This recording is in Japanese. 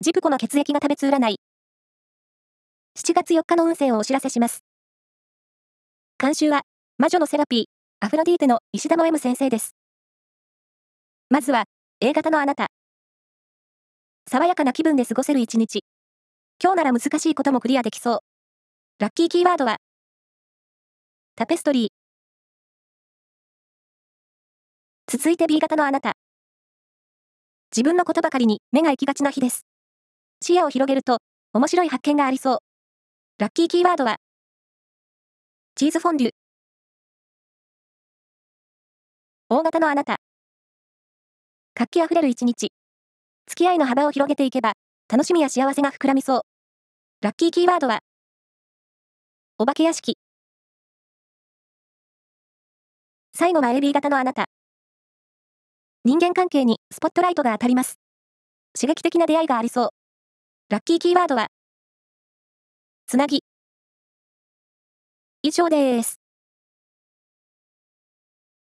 ジプコの血液が食べつ占い。7月4日の運勢をお知らせします。監修は、魔女のセラピー、アフロディーテの石田の M 先生です。まずは、A 型のあなた。爽やかな気分で過ごせる一日。今日なら難しいこともクリアできそう。ラッキーキーワードは、タペストリー。続いて B 型のあなた。自分のことばかりに目が行きがちな日です。視野を広げると、面白い発見がありそう。ラッキーキーワードは、チーズフォンデュ。大型のあなた。活気あふれる一日。付き合いの幅を広げていけば、楽しみや幸せが膨らみそう。ラッキーキーワードは、お化け屋敷。最後は AB 型のあなた。人間関係にスポットライトが当たります。刺激的な出会いがありそう。ラッキーキーワードは、つなぎ。以上です。